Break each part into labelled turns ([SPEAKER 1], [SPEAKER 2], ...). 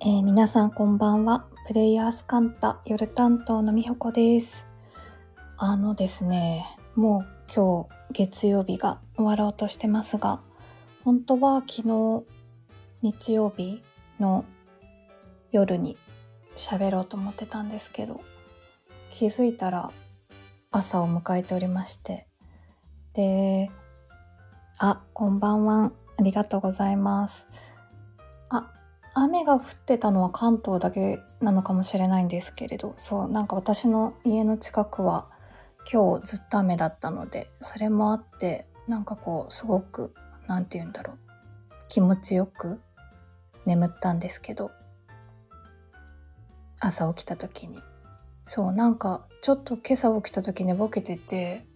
[SPEAKER 1] 皆さんこんばんは。プレイヤースカンタ夜担当のみほこです。ですね、もう今日月曜日が終わろうとしてますが、本当は昨日日曜日の夜に喋ろうと思ってたんですけど、気づいたら朝を迎えておりまして、で、こんばんは。ありがとうございます。雨が降ってたのは関東だけなのかもしれないんですけれど、なんか私の家の近くは今日ずっと雨だったので、それもあってなんかすごく気持ちよく眠ったんですけど、朝起きた時になんかちょっと今朝起きた時寝ぼけてて、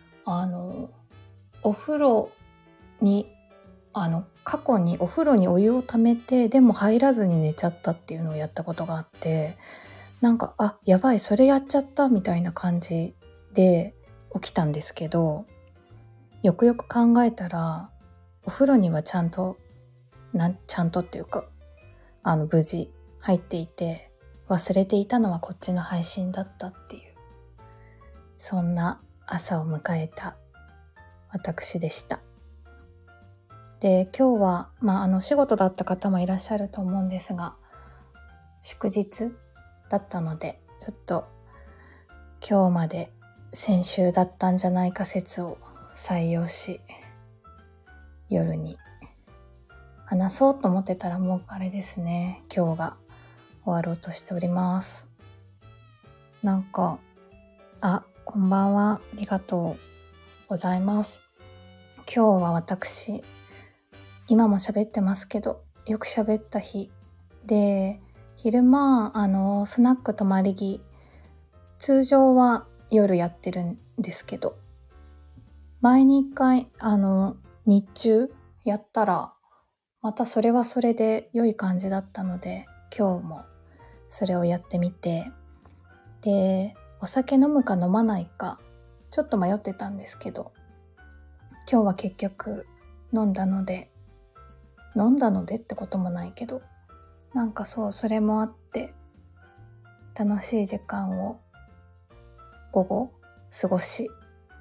[SPEAKER 1] お風呂に過去にお風呂にお湯をためてでも入らずに寝ちゃったっていうのをやったことがあって、なんかやばいそれやっちゃったみたいな感じで起きたんですけど、よくよく考えたらお風呂にはちゃんとっていうか無事入っていて、忘れていたのはこっちの配信だったっていう、そんな朝を迎えた私でした。で、今日は仕事だった方もいらっしゃると思うんですが、祝日だったのでちょっと今日まで先週だったんじゃないか説を採用し、夜に話そうと思ってたらもうあれですね、今日が終わろうとしております。なんかこんばんは、ありがとうございます。今日は私今も喋ってますけど、よく喋った日で、昼間スナック泊まり木、通常は夜やってるんですけど、前に一回日中やったらまたそれはそれで良い感じだったので、今日もそれをやってみて、でお酒飲むか飲まないかちょっと迷ってたんですけど、今日は結局飲んだのでってこともないけど、なんかそれもあって楽しい時間を午後過ごし、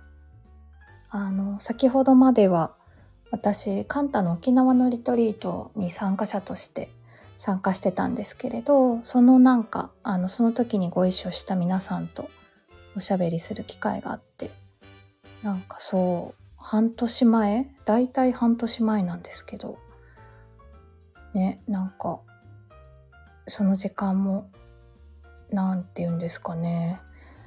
[SPEAKER 1] 先ほどまでは私カンタの沖縄のリトリートに参加者として参加してたんですけれど、その時にご一緒した皆さんとおしゃべりする機会があって、なんかだいたい半年前なんですけどね、なんかその時間もなんて言うんですかね、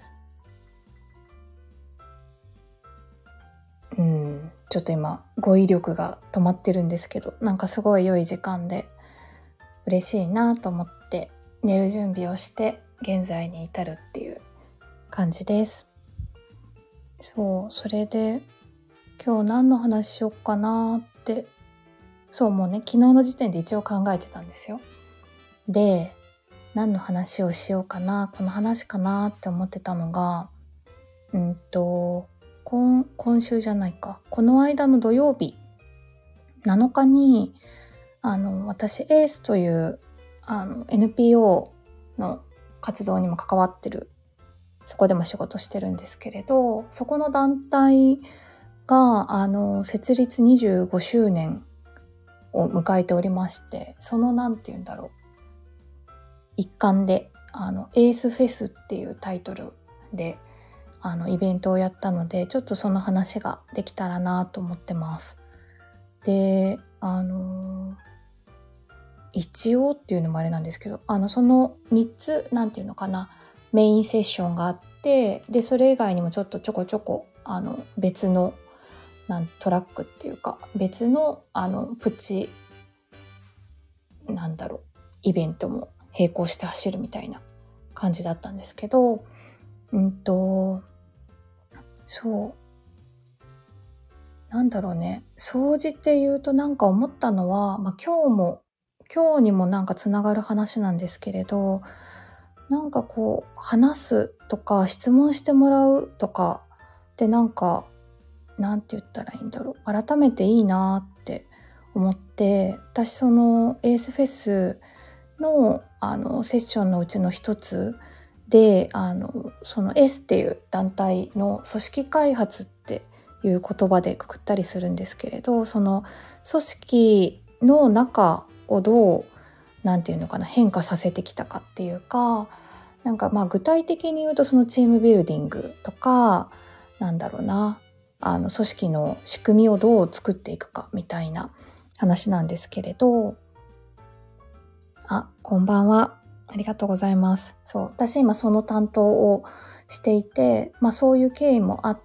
[SPEAKER 1] ちょっと今語彙力が止まってるんですけど、なんかすごい良い時間で嬉しいなと思って寝る準備をして現在に至るっていう感じです。それで今日何の話しようかなって、もうね、昨日の時点で一応考えてたんですよ。で、何の話をしようかな、この話かなって思ってたのが、今週じゃないか、この間の土曜日7日に私エースというNPO の活動にも関わってる、そこでも仕事してるんですけれど、そこの団体が設立25周年を迎えておりまして、その一環でエースフェスっていうタイトルでイベントをやったので、ちょっとその話ができたらなと思ってます。で、一応っていうのもあれなんですけど、その3つメインセッションがあって、でそれ以外にもちょこちょこ別のトラックっていうか別のプチイベントも並行して走るみたいな感じだったんですけど、総じて言うとなんか思ったのは、今日にもなんかつながる話なんですけれど、なんか話すとか質問してもらうとかでなんて言ったらいいんだろう、改めていいなって思って、私そのエースフェスの、セッションのうちの一つでその S っていう団体の組織開発っていう言葉でくくったりするんですけれど、その組織の中をどうなんていうのかな変化させてきたかっていうか、なんか具体的に言うとそのチームビルディングとかなんだろうな組織の仕組みをどう作っていくかみたいな話なんですけれど、こんばんは。ありがとうございます。そう、私今その担当をしていて、そういう経緯もあって、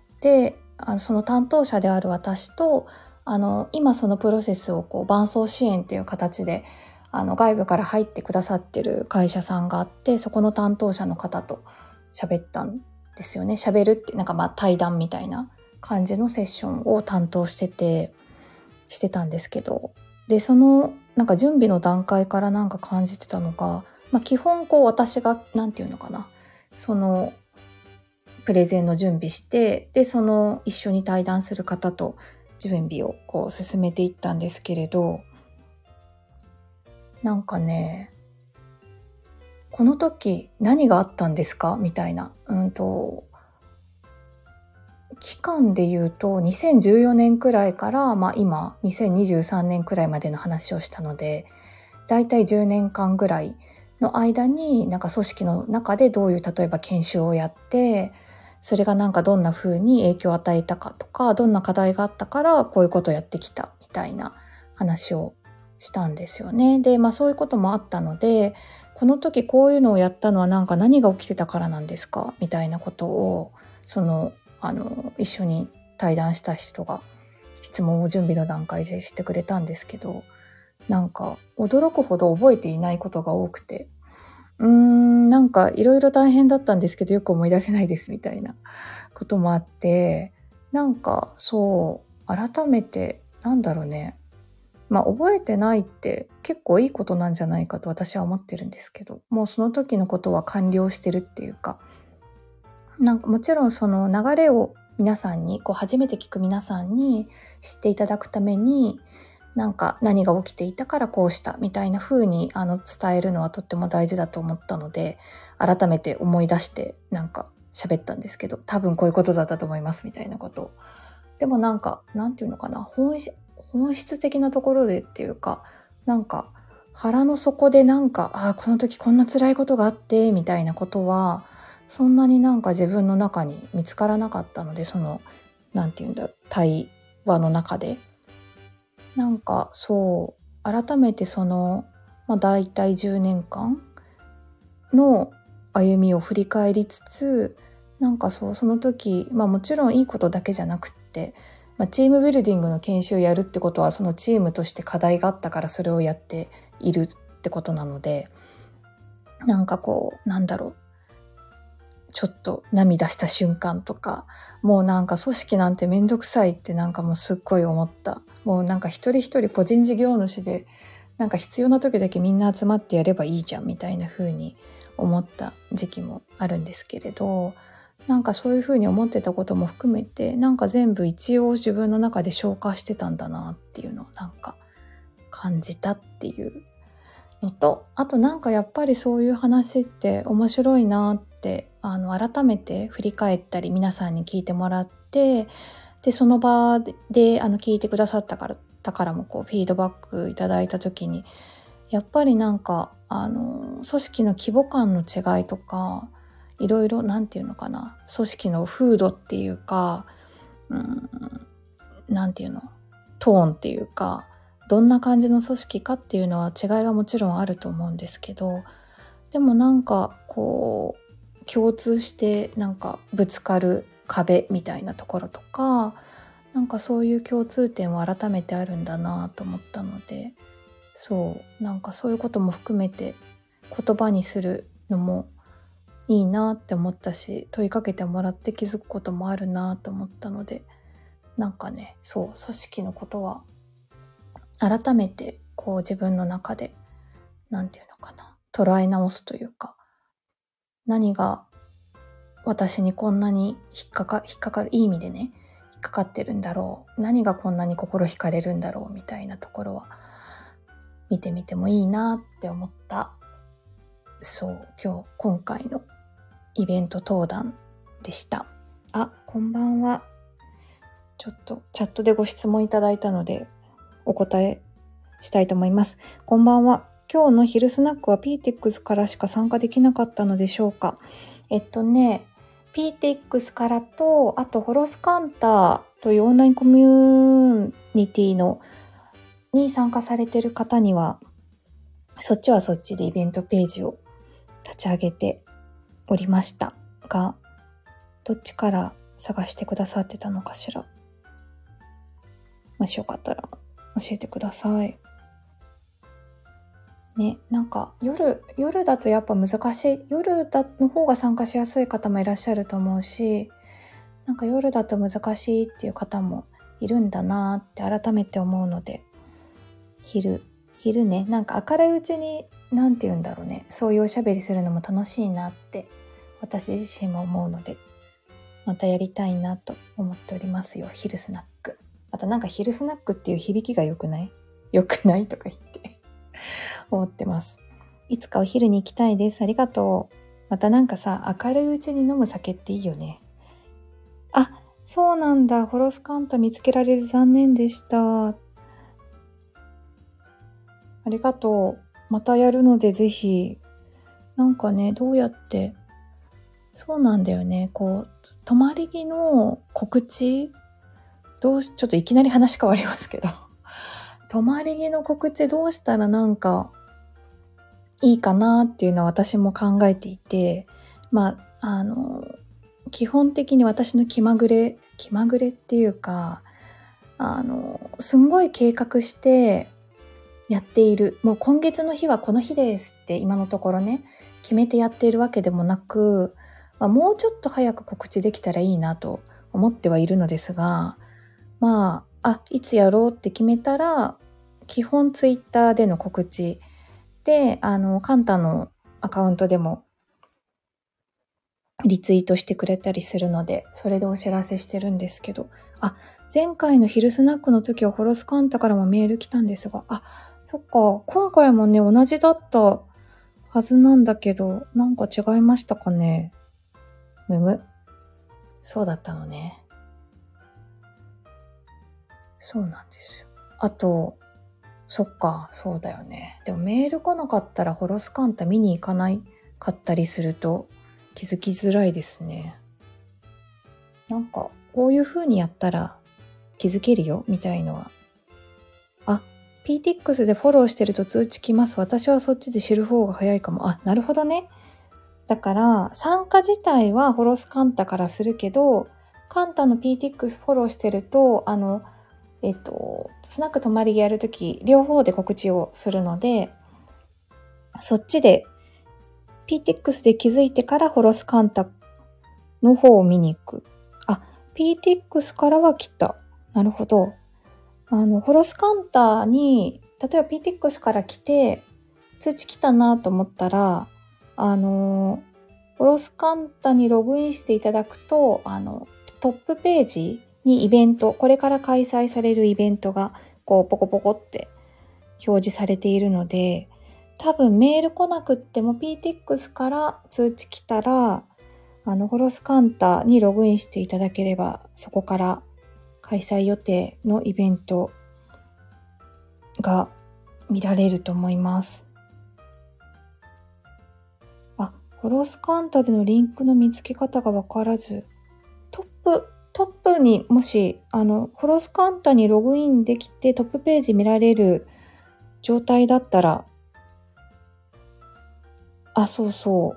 [SPEAKER 1] その担当者である私と、今そのプロセスを伴走支援っていう形で、外部から入ってくださってる会社さんがあって、そこの担当者の方と喋ったんですよね。喋るって対談みたいな感じのセッションを担当してたんですけど、でその準備の段階から感じてたのが、基本私がなんていうのかな、そのプレゼンの準備して、でその一緒に対談する方と準備を進めていったんですけれど、この時何があったんですかみたいな、期間で言うと2014年くらいから、今2023年くらいまでの話をしたので、だいたい10年間ぐらいの間に組織の中でどういう例えば研修をやって、それがどんな風に影響を与えたかとか、どんな課題があったからこういうことをやってきたみたいな話をしたんですよね。で、そういうこともあったので、この時こういうのをやったのは何が起きてたからなんですかみたいなことを一緒に対談した人が質問を準備の段階でしてくれたんですけど、驚くほど覚えていないことが多くて、いろいろ大変だったんですけどよく思い出せないですみたいなこともあって、そう改めて覚えてないって結構いいことなんじゃないかと私は思ってるんですけど、もうその時のことは完了してるっていうか、もちろんその流れを皆さんに初めて聞く皆さんに知っていただくために何が起きていたからこうしたみたいな風に伝えるのはとっても大事だと思ったので、改めて思い出して喋ったんですけど、多分こういうことだったと思いますみたいなことを。でもなんていうのかな、本質的なところでっていうか、腹の底でこの時こんな辛いことがあってみたいなことはそんなに自分の中に見つからなかったので、その対話の中でそう改めてだいたい10年間の歩みを振り返りつつ、その時もちろんいいことだけじゃなくって、チームビルディングの研修をやるってことはそのチームとして課題があったからそれをやっているってことなので、ちょっと涙した瞬間とか、もう組織なんてめんどくさいってもうすっごい思った。もう一人一人個人事業主で必要な時だけみんな集まってやればいいじゃんみたいな風に思った時期もあるんですけれど、そういう風に思ってたことも含めて全部一応自分の中で消化してたんだなっていうのを感じたっていうのと、あとやっぱりそういう話って面白いなって改めて振り返ったり皆さんに聞いてもらって、でその場で聞いてくださったからもフィードバックいただいた時に、やっぱり組織の規模感の違いとか、いろいろ組織の風土っていうか、トーンっていうか、どんな感じの組織かっていうのは違いはもちろんあると思うんですけど、でも共通してぶつかる壁みたいなところとか、そういう共通点は改めてあるんだなと思ったので、そういうことも含めて言葉にするのもいいなって思ったし、問いかけてもらって気づくこともあるなと思ったので、組織のことは改めて自分の中で捉え直すというか、何が私にこんなに引っかかる、いい意味でね引っかかってるんだろう、何がこんなに心惹かれるんだろうみたいなところは見てみてもいいなって思った今回のイベント登壇でした。こんばんは。ちょっとチャットでご質問いただいたのでお答えしたいと思います。こんばんは。今日の昼スナックは PTX からしか参加できなかったのでしょうか。PTX からと、あとホロスカンタというオンラインコミュニティに参加されている方には、そっちはそっちでイベントページを立ち上げておりましたが、どっちから探してくださってたのかしら。もしよかったら教えてください。ね、なんか夜だとやっぱ難しい。の方が参加しやすい方もいらっしゃると思うし、なんか夜だと難しいっていう方もいるんだなって改めて思うので、昼ね、なんか明るいうちになんて言うんだろうね、そういうおしゃべりするのも楽しいなって私自身も思うので、またやりたいなと思っておりますよ。昼スナック。またなんか昼スナックっていう響きが良くないとか言って思ってます。いつかお昼に行きたいです。ありがとう。またなんかさ、明るいうちに飲む酒っていいよね。そうなんだ。ホロスカンタ見つけられず残念でした。ありがとう。またやるのでぜひ。なんかね、どうやって、そうなんだよね。泊まり木の告知、ちょっといきなり話変わりますけど。泊まり木の告知どうしたらなんかいいかなっていうのは私も考えていて、基本的に私の気まぐれっていうか、すんごい計画してやっている。もう今月の日はこの日ですって今のところね、決めてやっているわけでもなく、もうちょっと早く告知できたらいいなと思ってはいるのですが、いつやろうって決めたら、基本ツイッターでの告知で、カンタのアカウントでもリツイートしてくれたりするので、それでお知らせしてるんですけど、前回の昼スナックの時はホロスカンタからもメール来たんですが、そっか、今回もね、同じだったはずなんだけど、なんか違いましたかね。そうだったのね。そうなんですよ。あと、そっか、そうだよね。でもメール来なかったらホロスカンタ見に行かないかったりすると気づきづらいですね。なんか、こういう風にやったら気づけるよみたいのは。PTX でフォローしてると通知来ます。私はそっちで知る方が早いかも。なるほどね。だから、参加自体はホロスカンタからするけど、カンタの PTX フォローしてると、スナック泊まりやるとき、両方で告知をするので、そっちで PTX で気づいてからホロスカンタの方を見に行く。PTX からは来た。なるほど。ホロスカンタに、例えば PTX から来て、通知来たなと思ったら、ホロスカンタにログインしていただくと、トップページにイベント、これから開催されるイベントが、ポコポコって表示されているので、多分メール来なくっても PTX から通知来たら、ホロスカンタにログインしていただければ、そこから開催予定のイベントが見られると思います。ホロスカンタでのリンクの見つけ方がわからず、トップにもし、ホロスカンタにログインできてトップページ見られる状態だったら、そうそう。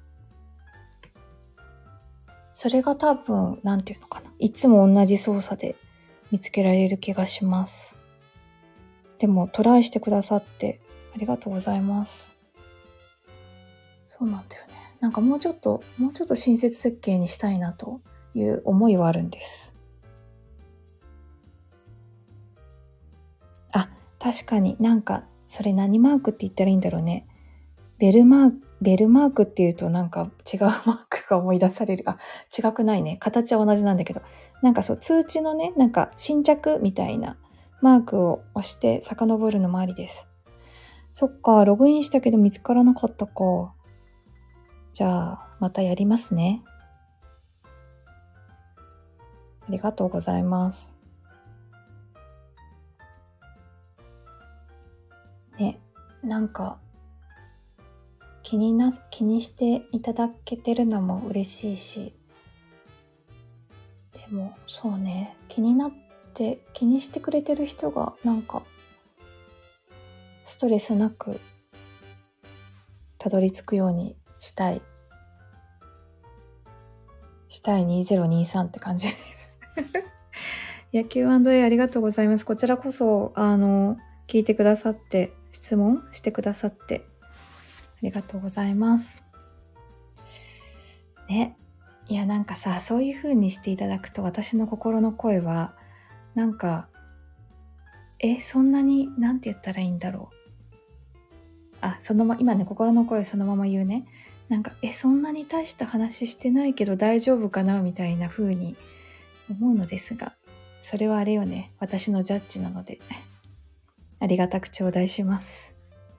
[SPEAKER 1] それが多分、なんていうのかな。いつも同じ操作で見つけられる気がします。でも、トライしてくださってありがとうございます。そうなんだよね。なんかもうちょっと親切設計にしたいなという思いはあるんです。確かになんか、それ何マークって言ったらいいんだろうね。ベルマークっていうとなんか違うマークが思い出される。違くないね。形は同じなんだけど。なんか通知のね、なんか新着みたいなマークを押して遡るのもありです。 そっか、ログインしたけど見つからなかったか。じゃあ、またやりますね。ありがとうございます。ね、なんか気にしていただけてるのも嬉しいし、でもそうね、気にしてくれてる人がなんかストレスなくたどり着くようにしたい2023って感じです。いや、Q&A ありがとうございます。こちらこそ、聞いてくださって、質問してくださって、ありがとうございます。ね。いや、なんかさ、そういう風にしていただくと、私の心の声は、なんか、そんなに、なんて言ったらいいんだろう。今ね、心の声そのまま言うね。なんか、そんなに大した話してないけど大丈夫かなみたいな風に思うのですが、それはあれよね。私のジャッジなので、ありがたく頂戴します。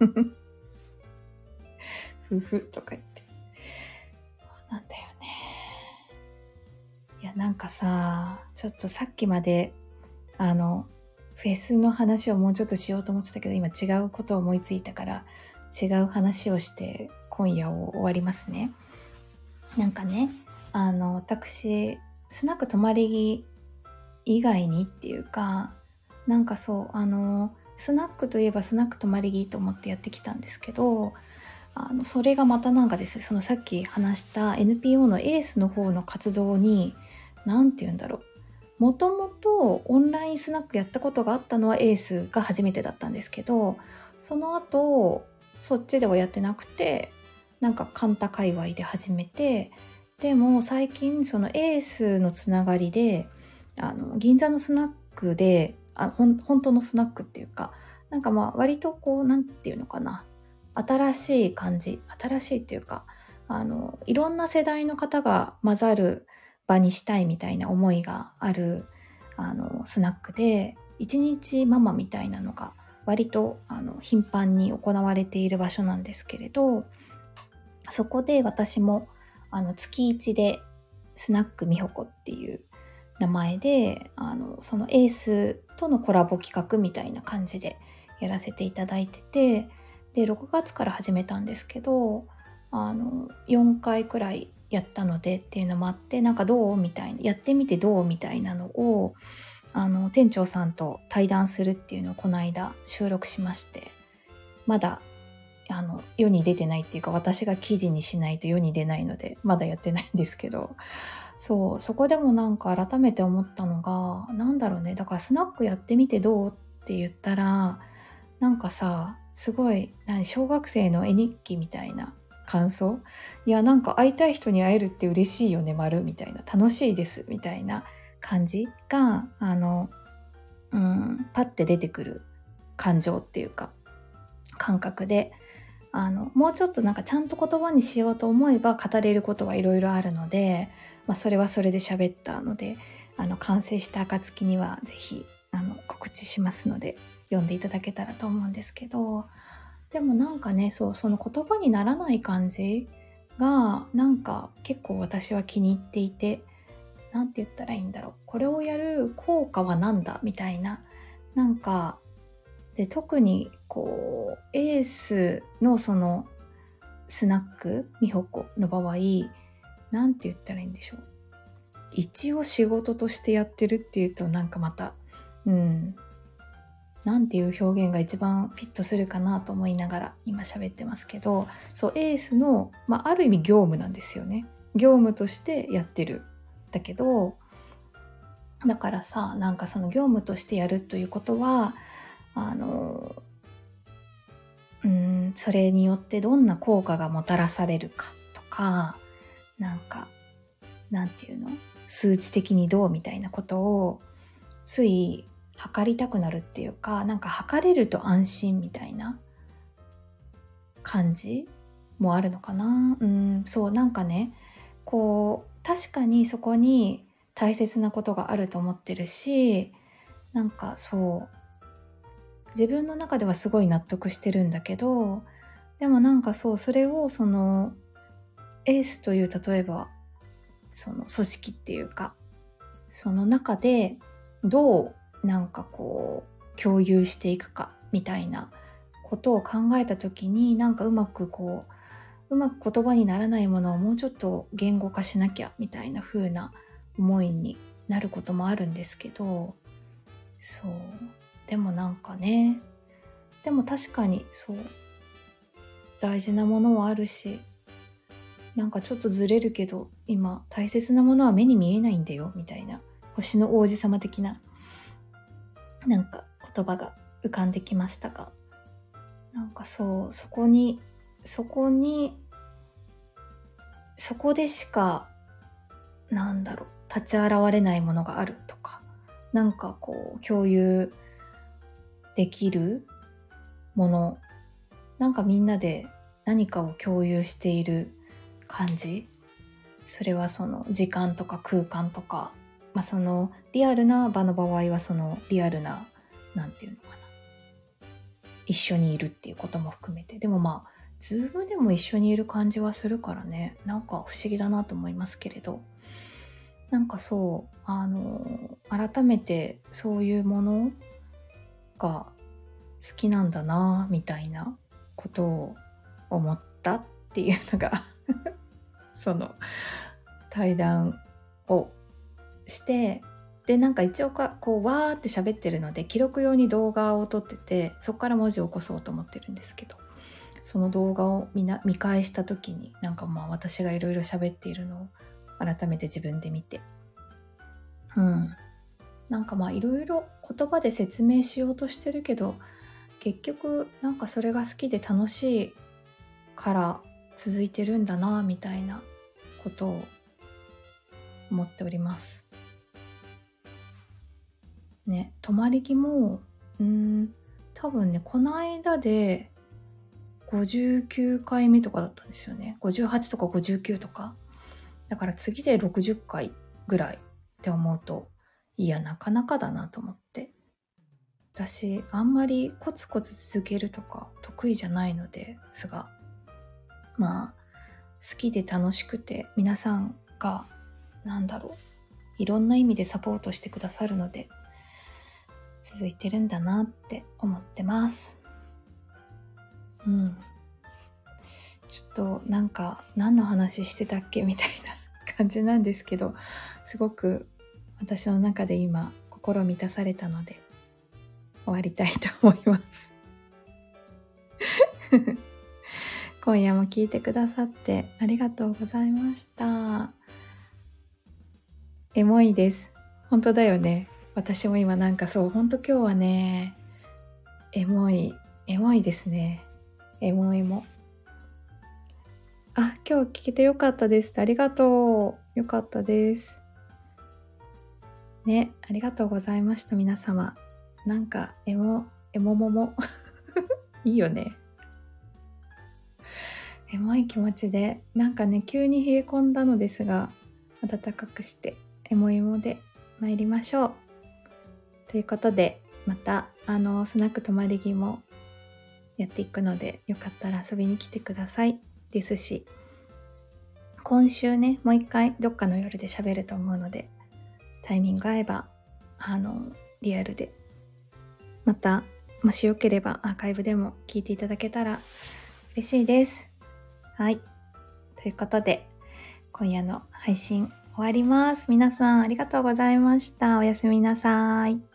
[SPEAKER 1] ふふとか言って。なんだよね。いや、なんかさ、ちょっとさっきまで、フェスの話をもうちょっとしようと思ってたけど、今違うことを思いついたから、違う話をして今夜を終わりますね。なんかね、私、スナック泊まり木以外にっていうか、なんかそう、スナックといえばスナック泊まり木と思ってやってきたんですけど、それがまたなんかですね、そのさっき話した NPO のエースの方の活動に、なんて言うんだろう。もともとオンラインスナックやったことがあったのはエースが初めてだったんですけど、その後、そっちではやってなくて、なんかカンタ界隈で始めて、でも最近そのエースのつながりで、銀座のスナックで、本当のスナックっていうか、なんかまあ割とこう、なんていうのかな、新しい感じ、新しいっていうか、いろんな世代の方が混ざる場にしたいみたいな思いがあるスナックで、一日ママみたいなのが割と頻繁に行われている場所なんですけれど、そこで私も月1でスナックみほこっていう名前でそのエースとのコラボ企画みたいな感じでやらせていただいてて、で6月から始めたんですけど、4回くらいやったのでっていうのもあって、なんかどうみたいな、やってみてどうみたいなのを店長さんと対談するっていうのをこの間収録しまして、まだ世に出てないっていうか、私が記事にしないと世に出ないのでまだやってないんですけど、そこでもなんか改めて思ったのが、なんだろうね、だからスナックやってみてどうって言ったら、なんかさ、すごい小学生の絵日記みたいな感想、いや、なんか会いたい人に会えるって嬉しいよね丸みたいな、楽しいですみたいな感じがパッて出てくる感情っていうか感覚で、もうちょっとなんかちゃんと言葉にしようと思えば語れることはいろいろあるので、それはそれで喋ったので、完成した暁にはぜひ告知しますので読んでいただけたらと思うんですけど、でもなんかね、その言葉にならない感じがなんか結構私は気に入っていて、なんて言ったらいいんだろう、これをやる効果は何だみたいな、なんかで、特にこうエースのそのスナックみほこの場合、なんて言ったらいいんでしょう、一応仕事としてやってるっていうとなんかまたなんていう表現が一番フィットするかなと思いながら今喋ってますけど、そうエースの、ある意味業務なんですよね。業務としてやってる。だけど、だからさ、なんかその業務としてやるということは、それによってどんな効果がもたらされるかとか、なんか、なんていうの、数値的にどうみたいなことをつい測りたくなるっていうか、なんか測れると安心みたいな感じもあるのかな。そうなんかね、こう確かにそこに大切なことがあると思ってるし、なんかそう自分の中ではすごい納得してるんだけど、でもなんかそう、それをそのエースという例えばその組織っていうか、その中でどうなんかこう共有していくかみたいなことを考えた時に、なんかうまく言葉にならないものをもうちょっと言語化しなきゃみたいな風な思いになることもあるんですけど、そうでもなんかね、でも確かにそう大事なものはあるし、なんかちょっとずれるけど今大切なものは目に見えないんだよみたいな、星の王子様的ななんか言葉が浮かんできましたが、なんかそうそこでしかなんだろう立ち現れないものがあるとか、なんかこう共有できるもの、なんかみんなで何かを共有している感じ、それはその時間とか空間とか、そのリアルな場の場合はそのリアルななんていうのかな、一緒にいるっていうことも含めて、でもズームでも一緒にいる感じはするからね、なんか不思議だなと思いますけれど、なんかそう改めてそういうものが好きなんだなみたいなことを思ったっていうのがその対談をして、でなんか一応こうわーって喋ってるので記録用に動画を撮ってて、そこから文字を起こそうと思ってるんですけど、その動画を見返した時になんか私がいろいろ喋っているのを改めて自分で見て、なんかいろいろ言葉で説明しようとしてるけど、結局なんかそれが好きで楽しいから続いてるんだなみたいなことを思っておりますね。泊まり木も多分ねこの間で59回目とかだったんですよね。58とか59とかだから次で60回ぐらいって思うと、いやなかなかだなと思って、私あんまりコツコツ続けるとか得意じゃないのですが、好きで楽しくて皆さんがいろんな意味でサポートしてくださるので続いてるんだなって思ってます。ちょっとなんか何の話してたっけみたいな感じなんですけど、すごく私の中で今心満たされたので終わりたいと思います今夜も聞いてくださってありがとうございました。エモいです。本当だよね。私も今なんかそう本当今日はねエモいですね。エモ今日聞けてよかったです。ありがとう。よかったですね。ありがとうございました。皆様なんかエモももいいよね。エモい気持ちでなんかね急に冷え込んだのですが、暖かくしてエモで参りましょうということで、またスナック泊まり木もやっていくので、よかったら遊びに来てくださいですし、今週ねもう一回どっかの夜で喋ると思うので、タイミング合えばリアルでまた、もしよければアーカイブでも聞いていただけたら嬉しいです。はい、ということで今夜の配信終わります。皆さんありがとうございました。おやすみなさい。